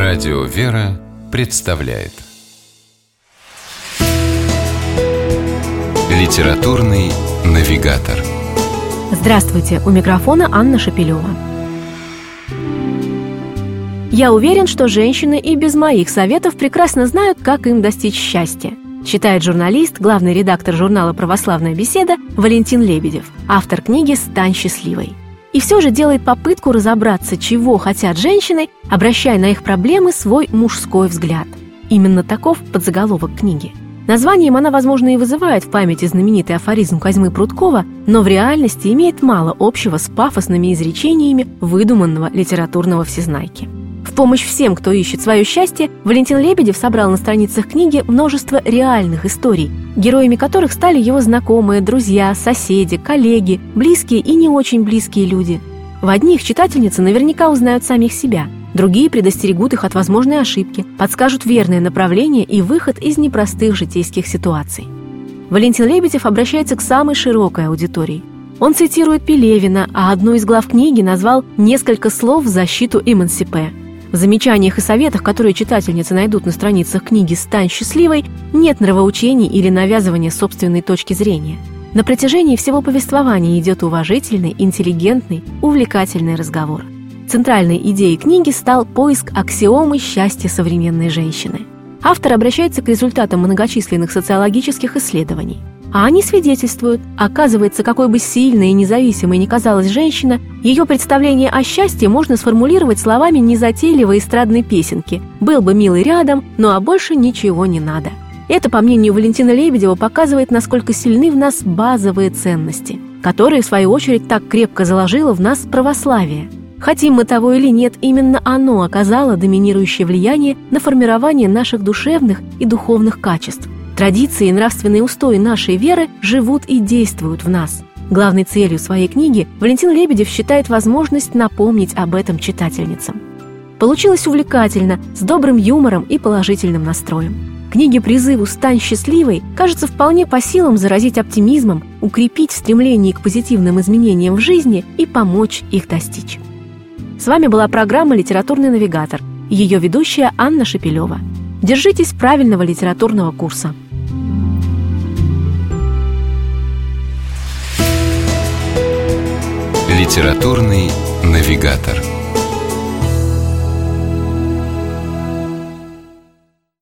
Радио «Вера» представляет Литературный навигатор. Здравствуйте, у микрофона Анна Шапилева. Я уверен, что женщины и без моих советов прекрасно знают, как им достичь счастья, считает журналист, главный редактор журнала «Православная беседа» Валентин Лебедев, автор книги «Стань счастливой». И все же делает попытку разобраться, чего хотят женщины, обращая на их проблемы свой мужской взгляд. Именно таков подзаголовок книги. Названием она, возможно, и вызывает в памяти знаменитый афоризм Козьмы Прудкова, но в реальности имеет мало общего с пафосными изречениями выдуманного литературного всезнайки. В помощь всем, кто ищет свое счастье, Валентин Лебедев собрал на страницах книги множество реальных историй, героями которых стали его знакомые, друзья, соседи, коллеги, близкие и не очень близкие люди. В одних читательницы наверняка узнают самих себя, другие предостерегут их от возможной ошибки, подскажут верное направление и выход из непростых житейских ситуаций. Валентин Лебедев обращается к самой широкой аудитории. Он цитирует Пелевина, а одну из глав книги назвал «Несколько слов в защиту эмансипе». В замечаниях и советах, которые читательницы найдут на страницах книги «Стань счастливой», нет нравоучений или навязывания собственной точки зрения. На протяжении всего повествования идет уважительный, интеллигентный, увлекательный разговор. Центральной идеей книги стал поиск аксиомы счастья современной женщины. Автор обращается к результатам многочисленных социологических исследований. А они свидетельствуют, оказывается, какой бы сильной и независимой ни казалась женщина, ее представление о счастье можно сформулировать словами незатейливой эстрадной песенки «Был бы милый рядом, но больше ничего не надо». Это, по мнению Валентина Лебедева, показывает, насколько сильны в нас базовые ценности, которые, в свою очередь, так крепко заложило в нас православие. Хотим мы того или нет, именно оно оказало доминирующее влияние на формирование наших душевных и духовных качеств. Традиции и нравственные устои нашей веры живут и действуют в нас. Главной целью своей книги Валентин Лебедев считает возможность напомнить об этом читательницам. Получилось увлекательно, с добрым юмором и положительным настроем. Книге призыву «Стань счастливой» кажется вполне по силам заразить оптимизмом, укрепить в стремлении к позитивным изменениям в жизни и помочь их достичь. С вами была программа «Литературный навигатор» и ее ведущая Анна Шапилева. Держитесь правильного литературного курса. Литературный навигатор.